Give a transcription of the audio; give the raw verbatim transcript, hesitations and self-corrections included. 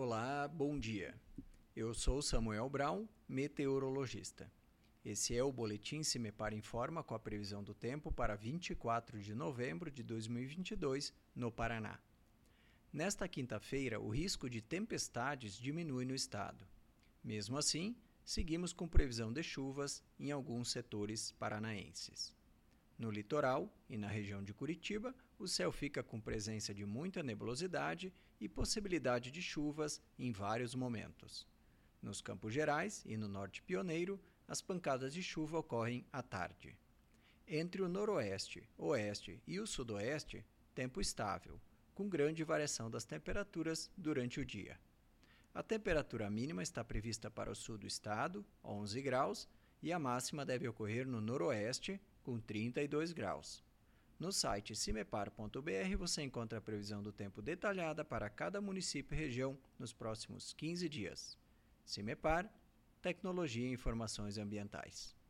Olá, bom dia. Eu sou Samuel Brown, meteorologista. Esse é o Boletim Cimepar Informa com a previsão do tempo para vinte e quatro de novembro de dois mil e vinte e dois, no Paraná. Nesta quinta-feira, o risco de tempestades diminui no estado. Mesmo assim, seguimos com previsão de chuvas em alguns setores paranaenses. No litoral e na região de Curitiba, o céu fica com presença de muita nebulosidade e possibilidade de chuvas em vários momentos. Nos Campos Gerais e no Norte Pioneiro, as pancadas de chuva ocorrem à tarde. Entre o noroeste, oeste e o sudoeste, tempo estável, com grande variação das temperaturas durante o dia. A temperatura mínima está prevista para o sul do estado, onze graus, e a máxima deve ocorrer no noroeste, com trinta e dois graus. No site cimepar ponto b r você encontra a previsão do tempo detalhada para cada município e região nos próximos quinze dias. Cimepar, Tecnologia e Informações Ambientais.